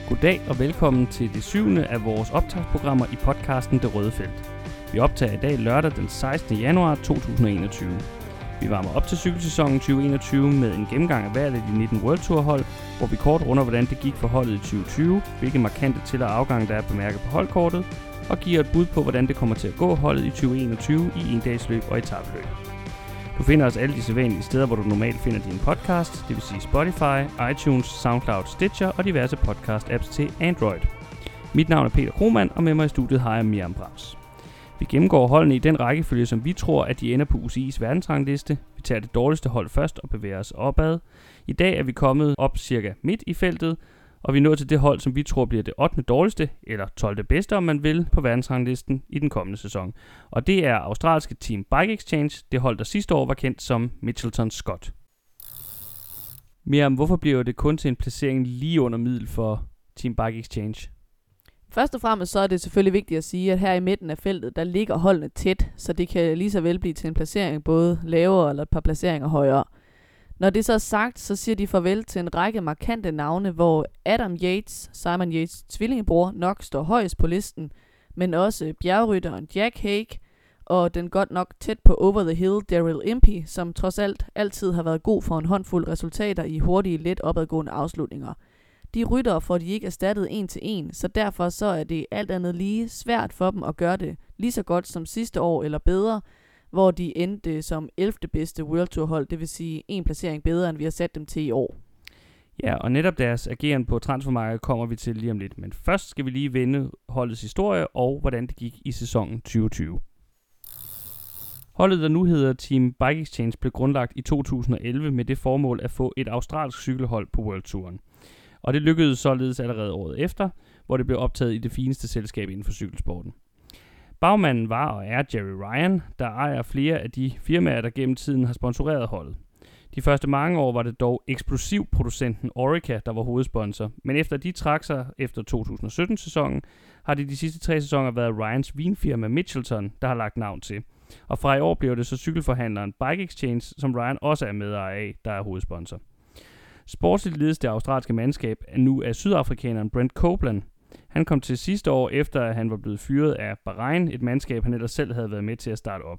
Goddag og velkommen til det 7. af vores optagsprogrammer i podcasten Det Røde Felt. Vi optager i dag lørdag den 16. januar 2021. Vi varmer op til cykelsæsonen 2021 med en gennemgang af hvert af de 19 World Tour hold, hvor vi kort runder, hvordan det gik for holdet i 2020, hvilke markante til- og afgange der er bemærket på holdkortet, og giver et bud på, hvordan det kommer til at gå holdet i 2021 i endagsløb og etapeløb. Du finder os alle de sædvanlige steder, hvor du normalt finder din podcast, det vil sige Spotify, iTunes, SoundCloud, Stitcher og diverse podcast-apps til Android. Mit navn er Peter Krohmann, og med mig i studiet har jeg Miriam Brams. Vi gennemgår holdene i den rækkefølge, som vi tror, at de ender på UCI's verdensrangliste. Vi tager det dårligste hold først og bevæger os opad. I dag er vi kommet op cirka midt i feltet, og vi er nået til det hold, som vi tror bliver det 8. dårligste, eller 12. bedste, om man vil, på verdensranglisten i den kommende sæson. Og det er australske Team Bike Exchange, det hold, der sidste år var kendt som Mitchelton Scott. Miriam, hvorfor bliver det kun til en placering lige under middel for Team Bike Exchange? Først og fremmest så er det selvfølgelig vigtigt at sige, at her i midten af feltet, der ligger holdene tæt, så det kan lige så vel blive til en placering både lavere eller et par placeringer højere. Når det så er sagt, så siger de farvel til en række markante navne, hvor Adam Yates, Simon Yates' tvillingebror, nok står højest på listen, men også bjergrytteren Jack Haig og den godt nok tæt på over the hill Daryl Impey, som trods alt altid har været god for en håndfuld resultater i hurtige, let opadgående afslutninger. De ryttere får de ikke erstattet en til en, så derfor så er det alt andet lige svært for dem at gøre det lige så godt som sidste år eller bedre, hvor de endte som 11. bedste World Tour hold, det vil sige en placering bedre, end vi har sat dem til i år. Ja, og netop deres ageren på transfermarkedet kommer vi til lige om lidt, men først skal vi lige vende holdets historie og hvordan det gik i sæsonen 2020. Holdet, der nu hedder Team Bike Exchange, blev grundlagt i 2011 med det formål at få et australsk cykelhold på World Touren. Og det lykkedes således allerede året efter, hvor det blev optaget i det fineste selskab inden for cykelsporten. Bagmanden var og er Jerry Ryan, der ejer flere af de firmaer, der gennem tiden har sponsoreret holdet. De første mange år var det dog eksplosivproducenten Orica, der var hovedsponsor, men efter de trak sig efter 2017-sæsonen, har det de sidste 3 sæsoner været Ryans vinfirma Mitchelton, der har lagt navn til. Og fra i år bliver det så cykelforhandleren Bike Exchange, som Ryan også er medejer af, der er hovedsponsor. Sportsligt ledes det australske mandskab er nu af sydafrikaneren Brent Copeland. Han kom til sidste år efter, at han var blevet fyret af Bahrain, et mandskab, han ellers selv havde været med til at starte op.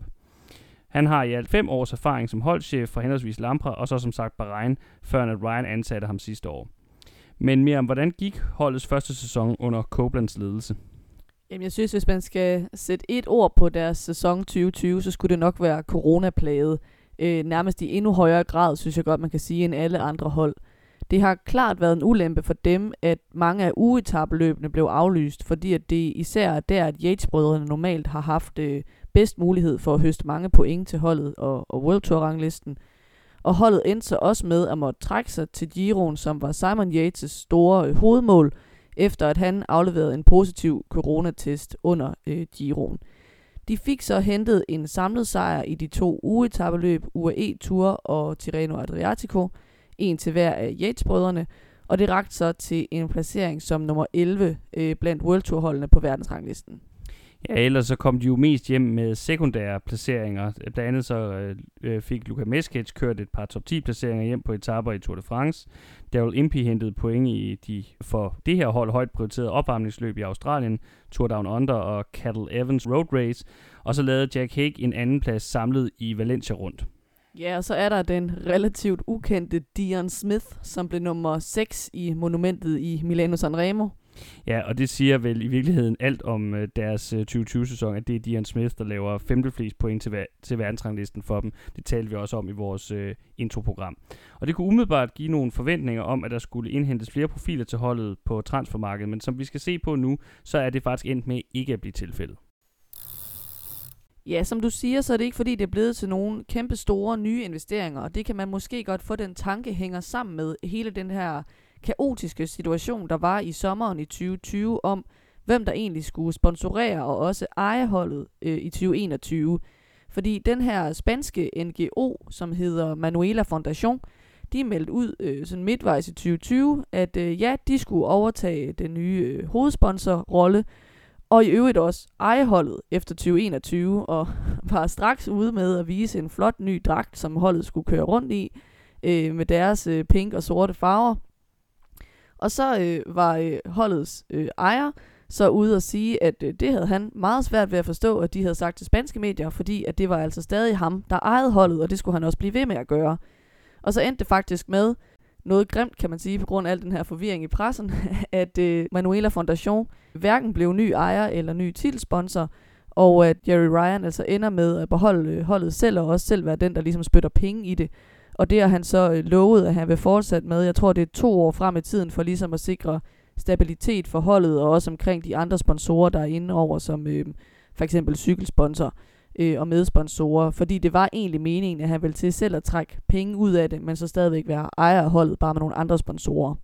Han har i alt 5 års erfaring som holdchef for henholdsvis Lampre og så som sagt Bahrain, før at Ryan ansatte ham sidste år. Men Miriam, hvordan gik holdets første sæson under Copelands ledelse? Jamen, jeg synes, hvis man skal sætte et ord på deres sæson 2020, så skulle det nok være coronaplaget. Nærmest i endnu højere grad, synes jeg godt, man kan sige, end alle andre hold. Det har klart været en ulempe for dem, at mange af ugetabeløbene blev aflyst, fordi at det især er der, at Yates-brødrene normalt har haft bedst mulighed for at høste mange point til holdet og World Tour-ranglisten. Og holdet endte så også med at måtte trække sig til Giroen, som var Simon Yates' store hovedmål, efter at han afleverede en positiv coronatest under Giroen. De fik så hentet en samlet sejr i de 2 ugetabeløb, UAE Tour og Tirreno Adriatico, en til hver af Yates-brødrene, og det rakte så til en placering som nummer 11 blandt World Tour-holdene på verdensranglisten. Ja, ellers så kom de jo mest hjem med sekundære placeringer. Blandt andet så fik Luka Meskic kørt et par top 10 placeringer hjem på etaper i Tour de France. Daryl Impey hentede point i de for det her hold højt prioriterede opvarmningsløb i Australien, Tour Down Under og Cadel Evans Road Race. Og så lavede Jack Haig en anden plads samlet i Valencia rundt. Ja, og så er der den relativt ukendte Dion Smith, som blev nummer 6 i monumentet i Milano Sanremo. Ja, og det siger vel i virkeligheden alt om deres 2020-sæson, at det er Dion Smith, der laver 5. flest point til verdensranglisten for dem. Det talte vi også om i vores introprogram. Og det kunne umiddelbart give nogle forventninger om, at der skulle indhentes flere profiler til holdet på transfermarkedet, men som vi skal se på nu, så er det faktisk endt med ikke at blive tilfældet. Ja, som du siger, så er det ikke fordi, det er blevet til nogle kæmpe store nye investeringer, og det kan man måske godt få den tanke hænger sammen med hele den her kaotiske situation, der var i sommeren i 2020, om hvem der egentlig skulle sponsorere og også eje holdet i 2021. Fordi den her spanske NGO, som hedder Manuela Foundation, de meldte ud sådan midtvejs i 2020, at ja, de skulle overtage den nye hovedsponsorrolle, og i øvrigt også eje holdet efter 2021, og var straks ude med at vise en flot ny dragt, som holdet skulle køre rundt i, med deres pink og sorte farver. Og så var holdets ejer så ude og sige, at det havde han meget svært ved at forstå, at de havde sagt til spanske medier, fordi at det var altså stadig ham, der ejede holdet, og det skulle han også blive ved med at gøre. Og så endte det faktisk med noget grimt, kan man sige, på grund af al den her forvirring i pressen, at Manuela Fondation hverken blev ny ejer eller ny titelsponsor, og at Jerry Ryan altså ender med at beholde holdet selv, og også selv være den, der ligesom spytter penge i det. Og det har han så lovet, at han vil fortsætte med. Jeg tror, det er 2 år frem i tiden, for ligesom at sikre stabilitet for holdet, og også omkring de andre sponsorer, der er inde over, som for eksempel cykelsponsor og medsponsorer. Fordi det var egentlig meningen, at han ville til selv at trække penge ud af det, men så stadigvæk være ejer af holdet, bare med nogle andre sponsorer.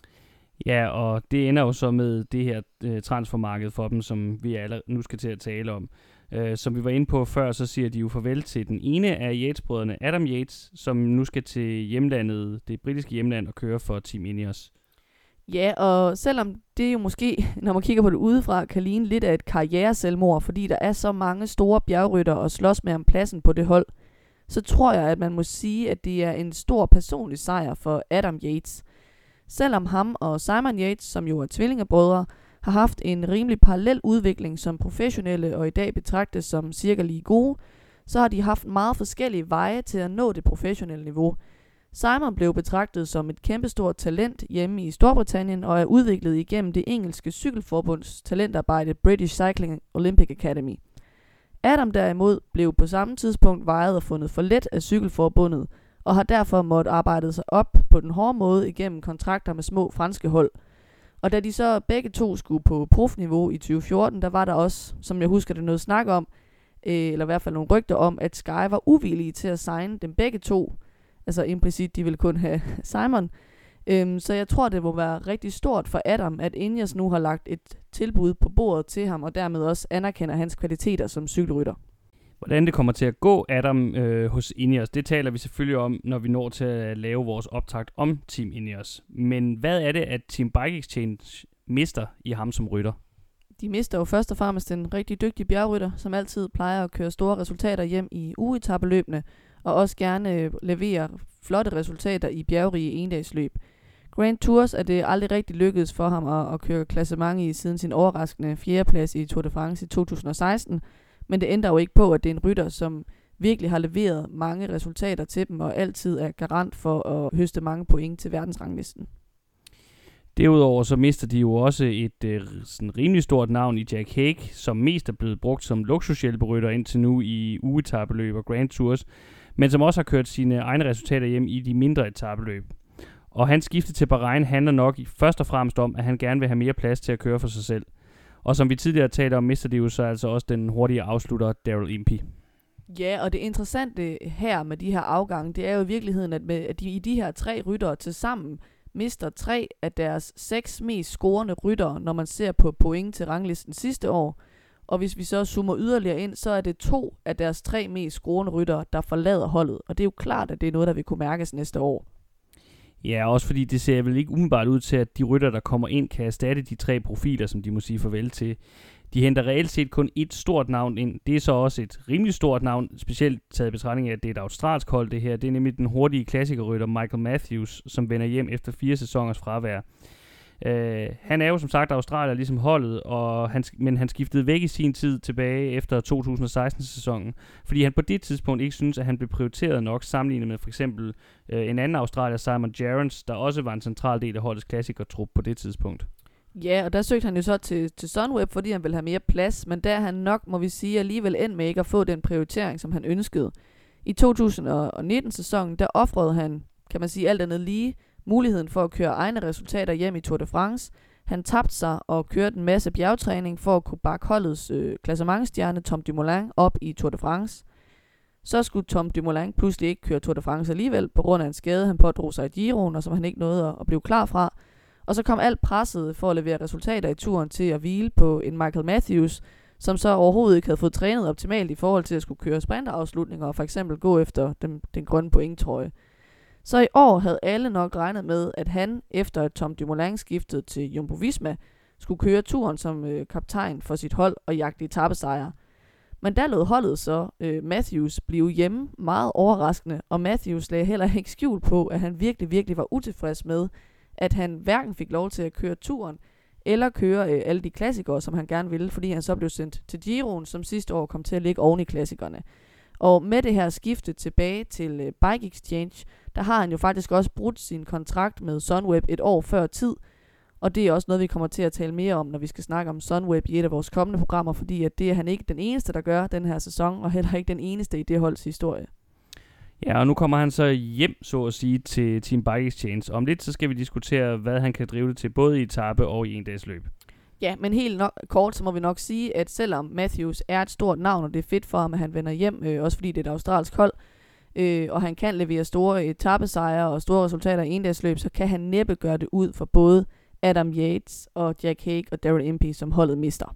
Ja, og det ender jo så med det her transfermarked for dem, som vi alle nu skal til at tale om. Som vi var inde på før, så siger de jo farvel til den ene af Yates-brødrene, Adam Yates, som nu skal til hjemlandet, det britiske hjemland, og køre for Team Ineos. Ja, og selvom det jo måske, når man kigger på det udefra, kan ligne lidt af et karriereselvmord, fordi der er så mange store bjergrytter og slås med om pladsen på det hold, så tror jeg, at man må sige, at det er en stor personlig sejr for Adam Yates. Selvom ham og Simon Yates, som jo er tvillingebrødre, har haft en rimelig parallel udvikling som professionelle og i dag betragtes som cirka lige gode, så har de haft meget forskellige veje til at nå det professionelle niveau. Simon blev betragtet som et kæmpestort talent hjemme i Storbritannien og er udviklet igennem det engelske cykelforbunds talentarbejde British Cycling Olympic Academy. Adam derimod blev på samme tidspunkt vejet og fundet for let af cykelforbundet og har derfor måttet arbejde sig op på den hårde måde igennem kontrakter med små franske hold. Og da de så begge to skulle på profniveau i 2014, der var der også, som jeg husker det, noget snak om, eller i hvert fald nogle rygter om, at Sky var uvillige til at signe dem begge to. Altså implicit, de ville kun have Simon. Så jeg tror, det må være rigtig stort for Adam, at Ineos nu har lagt et tilbud på bordet til ham, og dermed også anerkender hans kvaliteter som cykelrytter. Hvordan det kommer til at gå Adam hos Ineos, det taler vi selvfølgelig om, når vi når til at lave vores optakt om Team Ineos. Men hvad er det, at Team Bike Exchange mister i ham som rytter? De mister jo først og fremmest en rigtig dygtig bjergrytter, som altid plejer at køre store resultater hjem i ugeetapeløbene, og også gerne levere flotte resultater i bjergrige endagsløb. Grand Tours er det aldrig rigtig lykkedes for ham at køre klassement i siden sin overraskende 4. plads i Tour de France i 2016, men det ændrer jo ikke på, at det er en rytter, som virkelig har leveret mange resultater til dem, og altid er garant for at høste mange point til verdensranglisten. Derudover så mister de jo også et sådan rimelig stort navn i Jack Haig, som mest er blevet brugt som luksushjælperytter indtil nu i ugeetapeløb og Grand Tours, men som også har kørt sine egne resultater hjem i de mindre etapeløb. Og hans skifte til Bahrain handler nok først og fremmest om, at han gerne vil have mere plads til at køre for sig selv. Og som vi tidligere talte om, mister de jo så altså også den hurtige afslutter Daryl Impey. Ja, og det interessante her med de her afgange, det er jo i virkeligheden, at de i de her 3 ryttere til sammen mister 3 af deres 6 mest scorende ryttere, når man ser på point til ranglisten sidste år. Og hvis vi så zoomer yderligere ind, så er det 2 af deres 3 mest scorende ryttere, der forlader holdet. Og det er jo klart, at det er noget, der vil kunne mærkes næste år. Ja, også fordi det ser vel ikke umiddelbart ud til, at de rytter, der kommer ind, kan erstatte de 3 profiler, som de må sige farvel til. De henter reelt set kun et stort navn ind. Det er så også et rimelig stort navn, specielt taget i betragtning af, at det er et australsk hold det her. Det er nemlig den hurtige klassikerrytter Michael Matthews, som vender hjem efter 4 sæsoners fravær. Han er jo som sagt australier ligesom holdet, men han skiftede væk i sin tid tilbage efter 2016-sæsonen, fordi han på det tidspunkt ikke synes, at han blev prioriteret nok sammenlignet med for eksempel en anden australier, Simon Gerrans, der også var en central del af holdets klassikertrup på det tidspunkt. Ja, og der søgte han jo så til Sunweb, fordi han ville have mere plads, men der er han nok, må vi sige, alligevel endt med ikke at få den prioritering, som han ønskede. I 2019-sæsonen, der ofrede han, kan man sige alt andet lige, muligheden for at køre egne resultater hjem i Tour de France. Han tabte sig og kørte en masse bjergtræning for at kunne bakke holdets klassementsstjerne Tom Dumoulin op i Tour de France. Så skulle Tom Dumoulin pludselig ikke køre Tour de France alligevel, på grund af en skade, han pådrog sig i Giroen, og som han ikke nåede at blive klar fra. Og så kom alt presset for at levere resultater i turen til at hvile på en Michael Matthews, som så overhovedet ikke havde fået trænet optimalt i forhold til at skulle køre sprinterafslutninger og for eksempel gå efter den grønne pointtrøje. Så i år havde alle nok regnet med, at han, efter at Tom Dumoulin skiftede til Jumbo Visma, skulle køre turen som kaptajn for sit hold og jagte etapesejre. Men der lod holdet så Matthews blive hjemme meget overraskende, og Matthews lagde heller ikke skjul på, at han virkelig var utilfreds med, at han hverken fik lov til at køre turen, eller køre alle de klassikere, som han gerne ville, fordi han så blev sendt til Giroen, som sidste år kom til at ligge oven i klassikerne. Og med det her skifte tilbage til Bike Exchange, der har han jo faktisk også brudt sin kontrakt med Sunweb et år før tid. Og det er også noget, vi kommer til at tale mere om, når vi skal snakke om Sunweb i et af vores kommende programmer, fordi at det er han ikke den eneste, der gør den her sæson, og heller ikke den eneste i det holds historie. Ja, og nu kommer han så hjem, så at sige, til Team Bike Exchange. Om lidt, så skal vi diskutere, hvad han kan drive det til, både i etape og i endagsløb. Ja, men helt kort, så må vi nok sige, at selvom Matthews er et stort navn, og det er fedt for ham, at han vender hjem, også fordi det er et australsk hold, og han kan levere store etapesejre og store resultater i endagsløb, så kan han næppe gøre det ud for både Adam Yates og Jack Haig og Daryl Impey, som holdet mister.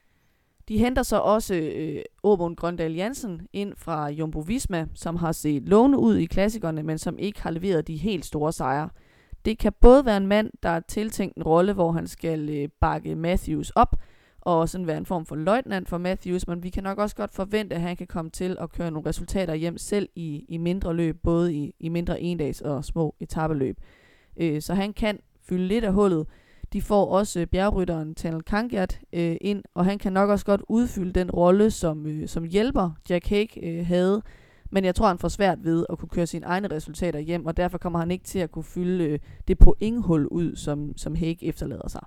De henter så også Åbund Grøndal Jansen ind fra Jumbo Visma, som har set lovende ud i klassikerne, men som ikke har leveret de helt store sejre. Det kan både være en mand, der er tiltænkt en rolle, hvor han skal bakke Matthews op, og sådan være en form for løjtnant for Matthews, men vi kan nok også godt forvente, at han kan komme til at køre nogle resultater hjem selv i mindre løb, både i mindre endags og små etapeløb. Så han kan fylde lidt af hullet. De får også bjergrytteren Tanel Kangyat ind, og han kan nok også godt udfylde den rolle, som hjælper Jack Haig havde. Men jeg tror, han får svært ved at kunne køre sine egne resultater hjem, og derfor kommer han ikke til at kunne fylde det pointhul ud, som Haig efterlader sig.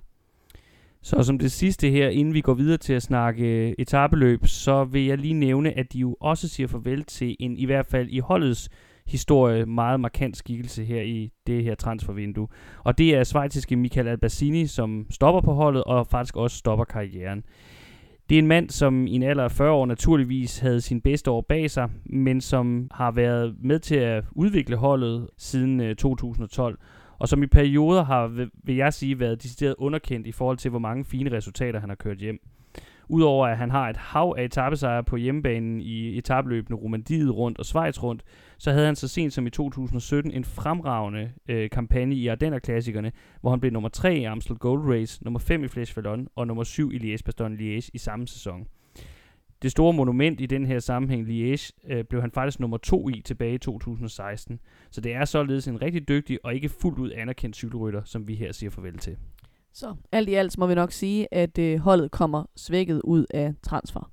Så som det sidste her, inden vi går videre til at snakke etapeløb, så vil jeg lige nævne, at de jo også siger farvel til en, i hvert fald i holdets historie, meget markant skikkelse her i det her transfervindue. Og det er schweiziske Michael Albassini, som stopper på holdet og faktisk også stopper karrieren. Det er en mand, som i en alder af 40 år naturligvis havde sin bedste år bag sig, men som har været med til at udvikle holdet siden 2012, og som i perioder har, vil jeg sige, været decideret underkendt i forhold til, hvor mange fine resultater han har kørt hjem. Udover at han har et hav af etapesejre på hjemmebanen i etapeløbene Romandiet rundt og Schweiz rundt, så havde han så sent som i 2017 en fremragende kampagne i Ardenner-klassikerne, hvor han blev nummer 3 i Amstel Gold Race, nummer 5 i Flèche Wallonne og nummer 7 i Liège-Bastogne-Liège i samme sæson. Det store monument i den her sammenhæng, Liège, blev han faktisk nummer 2 i tilbage i 2016. Så det er således en rigtig dygtig og ikke fuldt ud anerkendt cykelrytter, som vi her siger farvel til. Så alt i alt må vi nok sige, at holdet kommer svækket ud af transfer.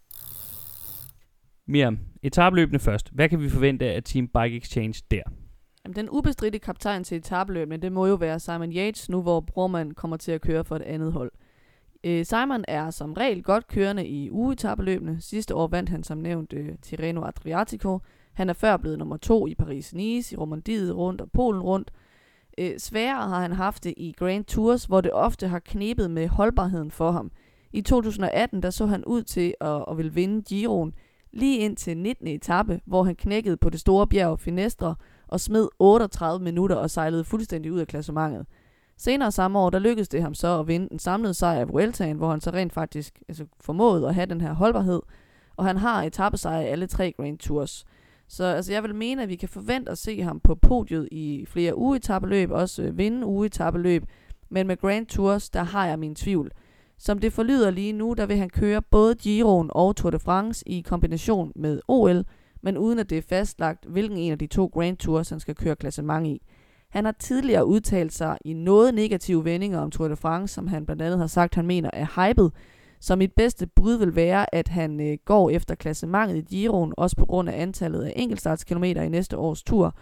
Miriam, etapeløbene først. Hvad kan vi forvente af Team Bike Exchange der? Jamen, den ubestridte kaptajn til etapeløbene, det må jo være Simon Yates, nu hvor Brormand kommer til at køre for et andet hold. Simon er som regel godt kørende i ugeetapeløbene. Sidste år vandt han som nævnt Tirreno Adriatico. Han er før blevet nummer 2 i Paris-Nice, i Romandiet rundt og Polen rundt. Sværere har han haft det i Grand Tours, hvor det ofte har knebet med holdbarheden for ham. I 2018 der så han ud til at ville vinde Giroen, lige ind til 19. etape, hvor han knækkede på det store bjerg Finestre og smed 38 minutter og sejlede fuldstændig ud af klassementet. Senere samme år, der lykkedes det ham så at vinde en samlet sejr af Vueltaen, hvor han så rent faktisk formåede at have den her holdbarhed, og han har etapesejr i alle 3 Grand Tours. Så jeg vil mene, at vi kan forvente at se ham på podiet i flere ugeetapeløb, også vinde ugeetapeløb, men med Grand Tours, der har jeg min tvivl. Som det forlyder lige nu, der vil han køre både Giroen og Tour de France i kombination med OL, men uden at det er fastlagt, hvilken en af de 2 Grand Tours han skal køre klassement i. Han har tidligere udtalt sig i noget negative vendinger om Tour de France, som han blandt andet har sagt, han mener er hyped. Så mit bedste bud vil være, at han går efter klassementet i Giroen, også på grund af antallet af enkeltstartskilometer i næste års tur.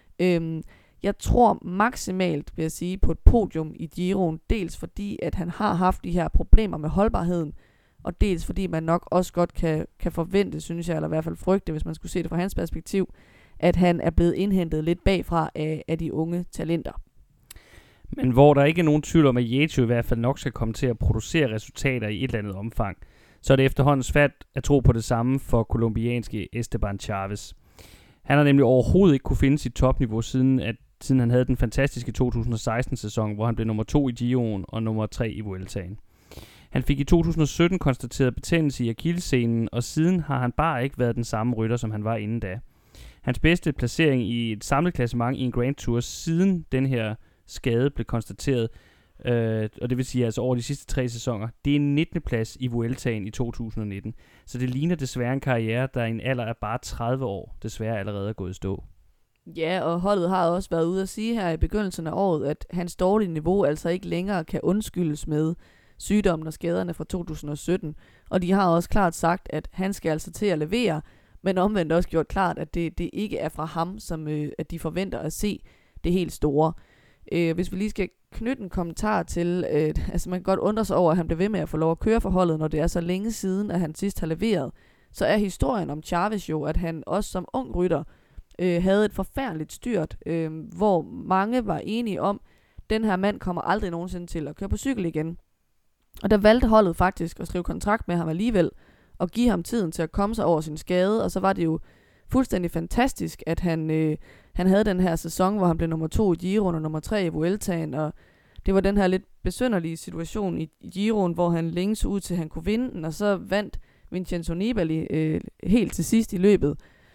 Jeg tror maksimalt, vil jeg sige, på et podium i Giroen, dels fordi, at han har haft de her problemer med holdbarheden, og dels fordi man nok også godt kan forvente, synes jeg, eller i hvert fald frygte, hvis man skulle se det fra hans perspektiv, at han er blevet indhentet lidt bagfra af de unge talenter. Men hvor der ikke er nogen tvivl om, at Yates i hvert fald nok skal komme til at producere resultater i et eller andet omfang, så er det efterhånden svært at tro på det samme for kolumbianske Esteban Chaves. Han har nemlig overhovedet ikke kunne finde sit topniveau, siden han havde den fantastiske 2016-sæson, hvor han blev nummer 2 i Giroen og nummer 3 i Vueltaen. Han fik i 2017 konstateret betændelse i akillessenen, og siden har han bare ikke været den samme rytter, som han var inden da. Hans bedste placering i et samlet klassement i en Grand Tour siden den her skade blev konstateret, og det vil sige altså over de sidste 3 sæsoner, det er en 19. plads i Vueltaen i 2019. Så det ligner desværre en karriere, der i en alder af bare 30 år desværre allerede er gået i stå. Ja, og holdet har også været ude at sige her i begyndelsen af året, at hans dårlige niveau altså ikke længere kan undskyldes med sygdommen og skaderne fra 2017. Og de har også klart sagt, at han skal altså til at levere, men omvendt også gjort klart, at det ikke er fra ham, som at de forventer at se det helt store. Hvis vi lige skal knytte en kommentar til, altså man kan godt undre sig over, at han bliver ved med at få lov at køre for holdet, når det er så længe siden, at han sidst har leveret, så er historien om Chavez jo, at han også som ung rytter havde et forfærdeligt styrt, hvor mange var enige om, at den her mand kommer aldrig nogensinde til at køre på cykel igen. Og der valgte holdet faktisk at skrive kontrakt med ham alligevel, og give ham tiden til at komme sig over sin skade, og så var det jo fuldstændig fantastisk, at han havde den her sæson, hvor han blev nummer 2 i Giroen og nummer 3 i Vueltaen, og det var den her lidt besynderlige situation i Giroen, hvor han længe så ud til, at han kunne vinde den, og så vandt Vincenzo Nibali helt til sidst i løbet.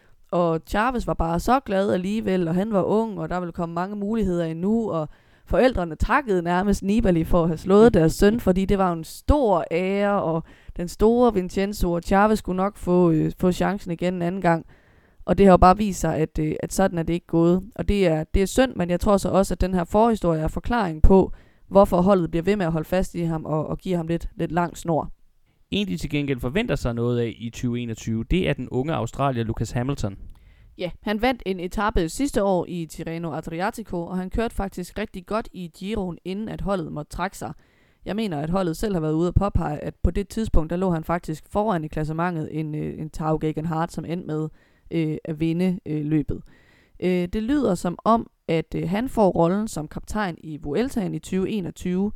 Og Chavez var bare så glad alligevel, og han var ung, og der ville komme mange muligheder endnu, og forældrene takkede nærmest Nibali for at have slået deres søn, fordi det var en stor ære, og den store Vincenzo og Chavez skulle nok få chancen igen en anden gang. Og det har jo bare vist sig, at sådan er det ikke gået. Og det er synd, men jeg tror så også, at den her forhistorie er forklaring på, hvorfor holdet bliver ved med at holde fast i ham og give ham lidt lang snor. En, de til gengæld forventer sig noget af i 2021, det er den unge australier Lucas Hamilton. Ja, han vandt en etape sidste år i Tirreno Adriatico, og han kørte faktisk rigtig godt i Giroen, inden at holdet måtte trække sig. Jeg mener, at holdet selv har været ude at påpege, at på det tidspunkt, der lå han faktisk foran i klassementet en Tao Geoghegan Hart, som endte med at vinde løbet. Det lyder som om, at han får rollen som kaptajn i Vueltaen i 2021,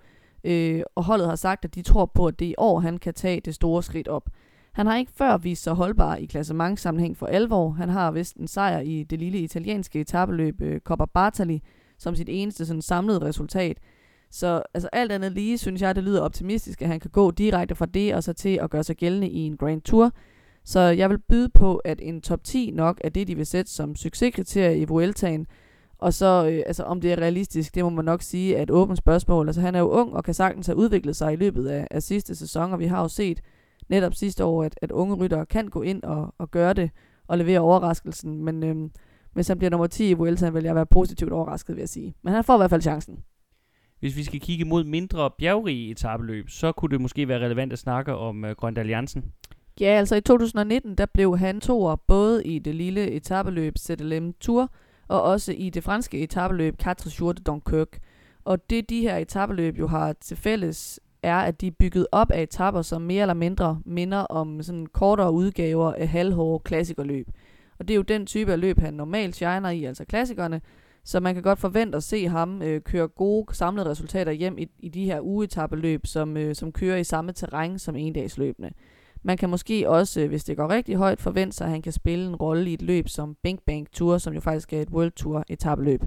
og holdet har sagt, at de tror på, at det i år, han kan tage det store skridt op. Han har ikke før vist sig holdbar i klassementssammenhæng for alvor. Han har vist en sejr i det lille italienske etapeløb Coppa Bartali som sit eneste sådan samlede resultat. Så altså alt andet lige, synes jeg, det lyder optimistisk, at han kan gå direkte fra det og så til at gøre sig gældende i en Grand Tour. Så jeg vil byde på, at en top 10 nok er det, de vil sætte som succeskriterie i Vueltaen. Og så om det er realistisk, det må man nok sige er et åbent spørgsmål. Altså han er jo ung og kan sagtens have udviklet sig i løbet af sidste sæson, og vi har jo set netop sidste år, at unge ryttere kan gå ind og gøre det og levere overraskelsen. Men hvis han bliver nummer 10 i Vueltaen, vil jeg være positivt overrasket, vil jeg sige. Men han får i hvert fald chancen. Hvis vi skal kigge mod mindre bjergrige etapeløb, så kunne det måske være relevant at snakke om Grønt Alliancen. Ja, altså i 2019, der blev han toer både i det lille etapeløb ZLM Tour, og også i det franske etapeløb Quatre Jours de Dunkerque. Og det de her etapeløb jo har til fælles, er, at de er bygget op af etaper, som mere eller mindre minder om sådan kortere udgaver af halvhårde klassikerløb. Og det er jo den type af løb, han normalt shiner i, altså klassikerne. Så man kan godt forvente at se ham køre gode samlede resultater hjem i de her ugeetapeløb, som kører i samme terræn som endagsløbene. Man kan måske også, hvis det går rigtig højt, forvente sig, at han kan spille en rolle i et løb som Bank Bank Tour, som jo faktisk er et World Tour etapeløb.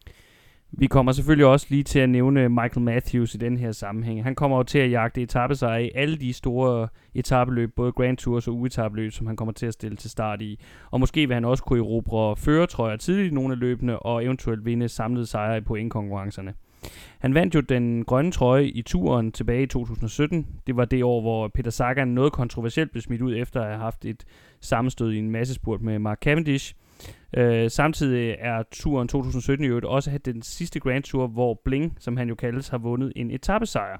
Vi kommer selvfølgelig også lige til at nævne Michael Matthews i den her sammenhæng. Han kommer jo til at jagte etapesejre i alle de store etapeløb, både Grand Tours og ugeetapeløb, som han kommer til at stille til start i. Og måske vil han også kunne erobre førertrøjer tidligt i nogle af løbene, og eventuelt vinde samlede sejre i pointkonkurrencerne. Han vandt jo den grønne trøje i turen tilbage i 2017. Det var det år, hvor Peter Sagan noget kontroversielt blev smidt ud efter at have haft et sammenstød i en massespurt med Mark Cavendish. Samtidig er turen 2017 jo også den sidste Grand Tour, hvor Bling, som han jo kaldes, har vundet en etapesejr.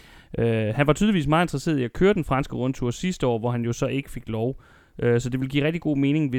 Han var tydeligvis meget interesseret i at køre den franske rundtur sidste år, hvor han jo så ikke fik lov. Så det vil give rigtig god mening,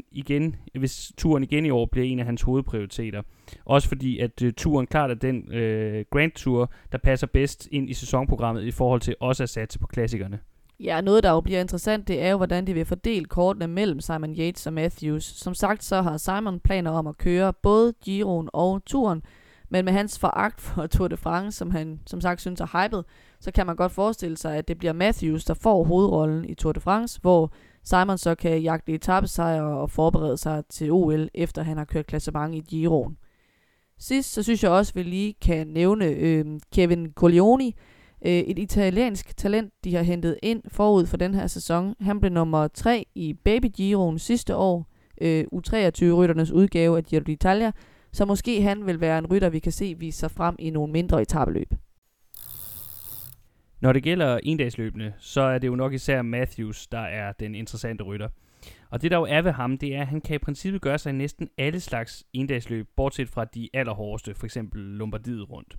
hvis turen igen i år bliver en af hans hovedprioriteter. Også fordi, at turen klart er den Grand Tour, der passer bedst ind i sæsonprogrammet i forhold til også at satse på klassikerne. Ja, noget der jo bliver interessant, det er jo, hvordan de vil fordele kortene mellem Simon Yates og Matthews. Som sagt, så har Simon planer om at køre både Giroen og turen, men med hans foragt for Tour de France, som han som sagt synes er hypet, så kan man godt forestille sig, at det bliver Matthews, der får hovedrollen i Tour de France, hvor Simon så kan jagte etapesejre og forberede sig til OL, efter han har kørt klassement i Giroen. Sidst, så synes jeg også, at vi lige kan nævne Kevin Colleoni, et italiensk talent, de har hentet ind forud for den her sæson. Han blev nummer 3 i Baby Giroen sidste år, U23-rytternes udgave af Giro d'Italia, så måske han vil være en rytter, vi kan se vise sig frem i nogle mindre etapeløb. Når det gælder endagsløbene, så er det jo nok især Matthews, der er den interessante rytter. Og det der jo er ved ham, det er, at han kan i princippet gøre sig i næsten alle slags endagsløb, bortset fra de allerhårdeste, for eksempel Lombardiet rundt,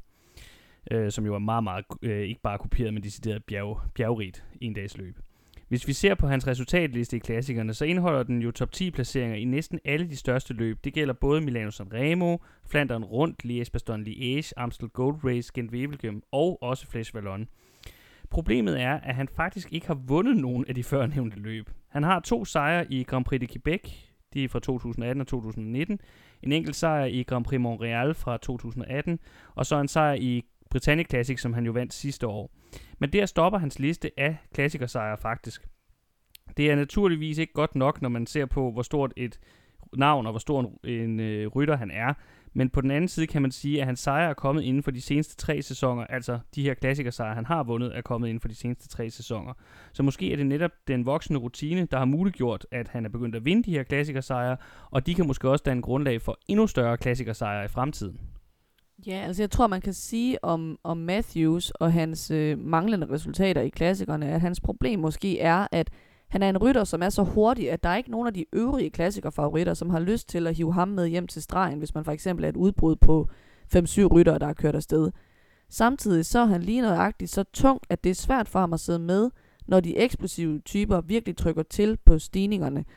som jo er meget, meget, ikke bare kopieret, men decideret bjergrigt endagsløb. Hvis vi ser på hans resultatliste i klassikerne, så indeholder den jo top 10 placeringer i næsten alle de største løb. Det gælder både Milano-San Remo, Flandern Rundt, Liège-Bastogne-Liège, Amstel Gold Race, Gent-Wevelgem og også Flèche Wallonne. Problemet er, at han faktisk ikke har vundet nogen af de førnævnte løb. Han har 2 sejre i Grand Prix de Quebec, de er fra 2018 og 2019, en enkelt sejr i Grand Prix Montréal fra 2018, og så en sejr i Britannic Classic, som han jo vandt sidste år. Men der stopper hans liste af klassikersejre faktisk. Det er naturligvis ikke godt nok, når man ser på, hvor stort et navn og hvor stor en rytter han er. Men på den anden side kan man sige, at hans sejre er kommet inden for de seneste 3 sæsoner. Altså de her klassikersejre, han har vundet, er kommet inden for de seneste 3 sæsoner. Så måske er det netop den voksende rutine, der har muliggjort, at han er begyndt at vinde de her klassikersejre. Og de kan måske også danne grundlag for endnu større klassikersejre i fremtiden. Ja, altså jeg tror, man kan sige om Matthews og hans manglende resultater i klassikerne, at hans problem måske er, at han er en rytter, som er så hurtig, at der er ikke nogen af de øvrige klassikerfavoritter, som har lyst til at hive ham med hjem til stregen, hvis man for eksempel er et udbrud på 5-7 ryttere, der er kørt afsted. Samtidig så er han lige nøjagtigt så tung, at det er svært for ham at sidde med, når de eksplosive typer virkelig trykker til på stigningerne.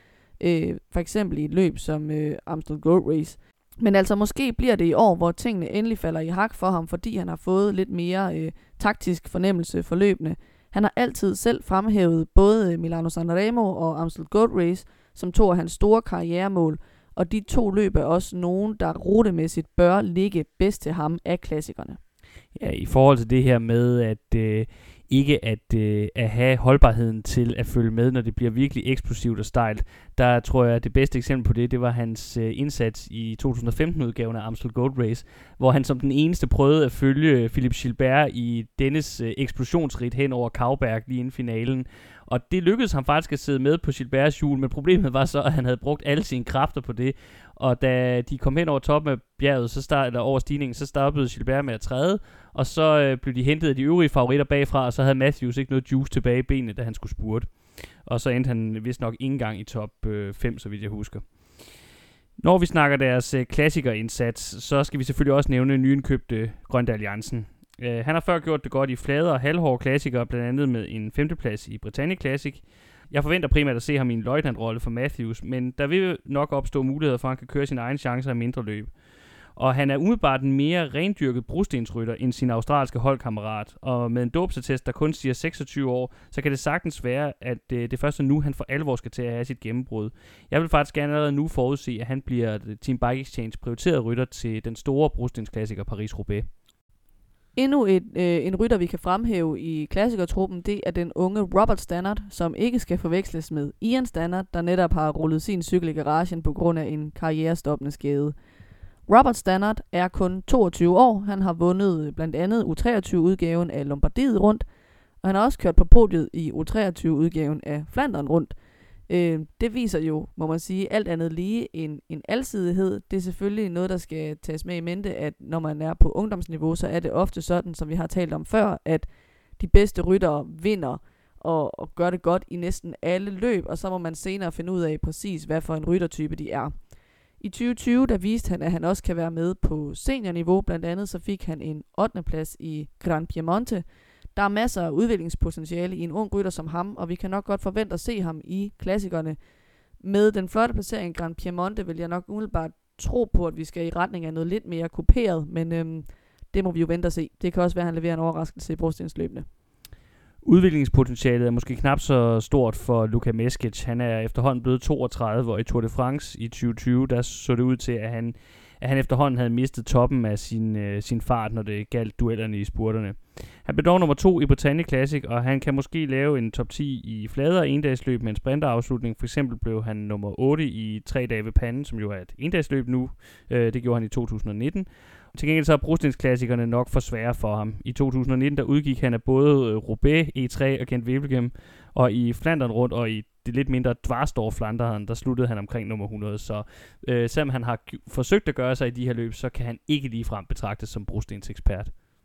For eksempel i et løb som Amstel Gold Race. Men altså måske bliver det i år, hvor tingene endelig falder i hak for ham, fordi han har fået lidt mere taktisk fornemmelse for løbene. Han har altid selv fremhævet både Milano-San Remo og Amstel Gold Race som 2 af hans store karrieremål, og de 2 løb er også nogen, der rutemæssigt bør ligge bedst til ham af klassikerne. Ja, i forhold til det her med, at ikke at have holdbarheden til at følge med, når det bliver virkelig eksplosivt og stejlt. Der tror jeg, at det bedste eksempel på det var hans indsats i 2015-udgaven af Amstel Gold Race, hvor han som den eneste prøvede at følge Philippe Gilbert i dennes eksplosionsrit hen over Kauberg lige inden finalen. Og det lykkedes ham faktisk at sidde med på Gilberts hjul, men problemet var så, at han havde brugt alle sine kræfter på det. Og da de kom hen over toppen af bjerget, eller over stigningen, så stoppede Gilbert med at træde, og så blev de hentet af de øvrige favoritter bagfra, og så havde Matthews ikke noget juice tilbage i benene, da han skulle spurte. Og så endte han vist nok ikke engang i top 5, så vidt jeg husker. Når vi snakker deres klassikerindsats, så skal vi selvfølgelig også nævne nyindkøbte Grøndahl Jansen. Han har før gjort det godt i flade og halvhårde klassikere, blandt andet med en 5. plads i Britannic Classic. Jeg forventer primært at se ham i en løjtnantrolle for Matthews, men der vil nok opstå muligheder for, at han kan køre sine egne chancer i mindre løb. Og han er umiddelbart en mere rendyrket brostensrytter end sin australske holdkammerat. Og med en dåbsattest, der kun siger 26 år, så kan det sagtens være, at det først er nu, han for alvor skal til at have sit gennembrud. Jeg vil faktisk gerne allerede nu forudse, at han bliver Team Bike Exchange prioriteret rytter til den store brostensklassiker Paris-Roubaix. Endnu en rytter, vi kan fremhæve i klassikertruppen, det er den unge Robert Stannard, som ikke skal forveksles med Ian Stannard, der netop har rullet sin cykel i garagen på grund af en karrierestoppende skade. Robert Stannard er kun 22 år. Han har vundet blandt andet U23-udgaven af Lombardiet rundt, og han har også kørt på podiet i U23-udgaven af Flandern rundt. Det viser jo, må man sige, alt andet lige en alsidighed. Det er selvfølgelig noget, der skal tages med i mente, at når man er på ungdomsniveau, så er det ofte sådan, som vi har talt om før, at de bedste ryttere vinder og gør det godt i næsten alle løb, og så må man senere finde ud af præcis, hvad for en ryttertype de er. I 2020, der viste han, at han også kan være med på seniorniveau. Blandt andet så fik han en 8. plads i Gran Piemonte. Der er masser af udviklingspotentiale i en ung rytter som ham, og vi kan nok godt forvente at se ham i klassikerne. Med den flotte placering i Gran Piemonte vil jeg nok umiddelbart tro på, at vi skal i retning af noget lidt mere kuperet, men det må vi jo vente og se. Det kan også være, at han leverer en overraskelse i brostensløbene. Udviklingspotentialet er måske knap så stort for Luka Meskic. Han er efterhånden blevet 32, og i Tour de France i 2020, der så det ud til, at han efterhånden havde mistet toppen af sin fart, når det galt duellerne i spurterne. Han blev dog nummer 2 i Britannic Classic, og han kan måske lave en top 10 i flader og endagsløb med en sprinterafslutning. For eksempel blev han nummer 8 i 3 dage ved Panden, som jo er et endagsløb nu. Det gjorde han i 2019. Til gengæld så er brostensklassikerne nok for svære for ham. I 2019 der udgik han af både Roubaix, E3 og Gent-Wevelgem, og i Flandern rundt og i det lidt mindre Dvarsdorf-Flandern, der sluttede han omkring nummer 100. Så selvom han har forsøgt at gøre sig i de her løb, så kan han ikke ligefrem betragtes som brostensekspert.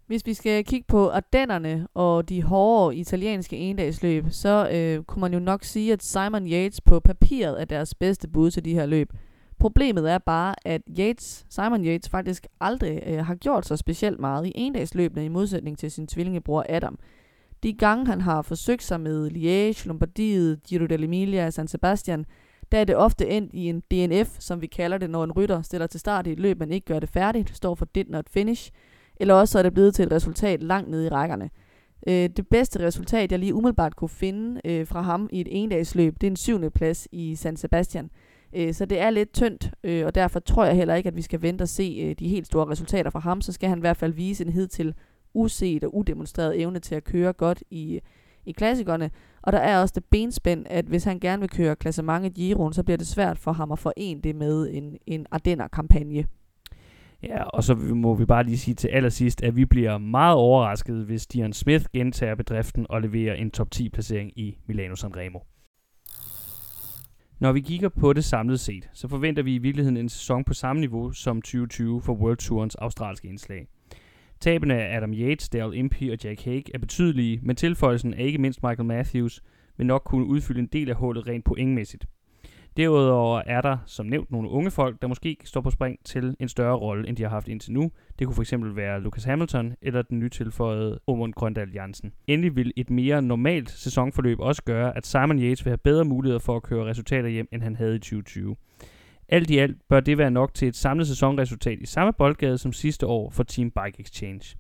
Hvis vi skal kigge på Ardennerne og de hårde italienske endagsløb, så kunne man jo nok sige, at Simon Yates på papiret er deres bedste bud til de her løb. Problemet er bare, at Simon Yates faktisk aldrig har gjort så specielt meget i endagsløbene i modsætning til sin tvillingebror Adam. De gange han har forsøgt sig med Liège, Lombardiet, Giro dell'Emilia og San Sebastian, der er det ofte endt i en DNF, som vi kalder det, når en rytter stiller til start i et løb, men ikke gør det færdigt, står for did not finish, eller også er det blevet til et resultat langt nede i rækkerne. Det bedste resultat, jeg lige umiddelbart kunne finde fra ham i et endagsløb, det er en 7. plads i San Sebastian. Så det er lidt tyndt, og derfor tror jeg heller ikke, at vi skal vente og se de helt store resultater fra ham. Så skal han i hvert fald vise en hidtil uset og udemonstreret evne til at køre godt i klassikerne. Og der er også det benspænd, at hvis han gerne vil køre klassement i Giroen, så bliver det svært for ham at forene det med en Ardenner-kampagne. Ja, og så må vi bare lige sige til allersidst, at vi bliver meget overrasket, hvis Dion Smith gentager bedriften og leverer en top 10 placering i Milano Sanremo. Når vi kigger på det samlet set, så forventer vi i virkeligheden en sæson på samme niveau som 2020 for World Tourens australske indslag. Tabene af Adam Yates, Dale Impey og Jack Haig er betydelige, men tilføjelsen af ikke mindst Michael Matthews vil nok kunne udfylde en del af hullet rent pointmæssigt. Derudover er der, som nævnt, nogle unge folk, der måske står på spring til en større rolle, end de har haft indtil nu. Det kunne fx være Lucas Hamilton eller den nytilføjede Omund Grøndal Jansen. Endelig vil et mere normalt sæsonforløb også gøre, at Simon Yates vil have bedre muligheder for at køre resultater hjem, end han havde i 2020. Alt i alt bør det være nok til et samlet sæsonresultat i samme boldgade som sidste år for Team Bike Exchange.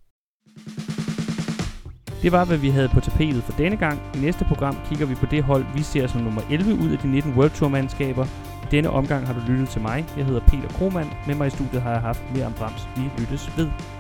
Det var, hvad vi havde på tapetet for denne gang. I næste program kigger vi på det hold, vi ser som nummer 11 ud af de 19 World Tour-mandskaber. I denne omgang har du lyttet til mig. Jeg hedder Peter Krohmann. Med mig i studiet har jeg haft Miriam Brams. Vi lyttes ved.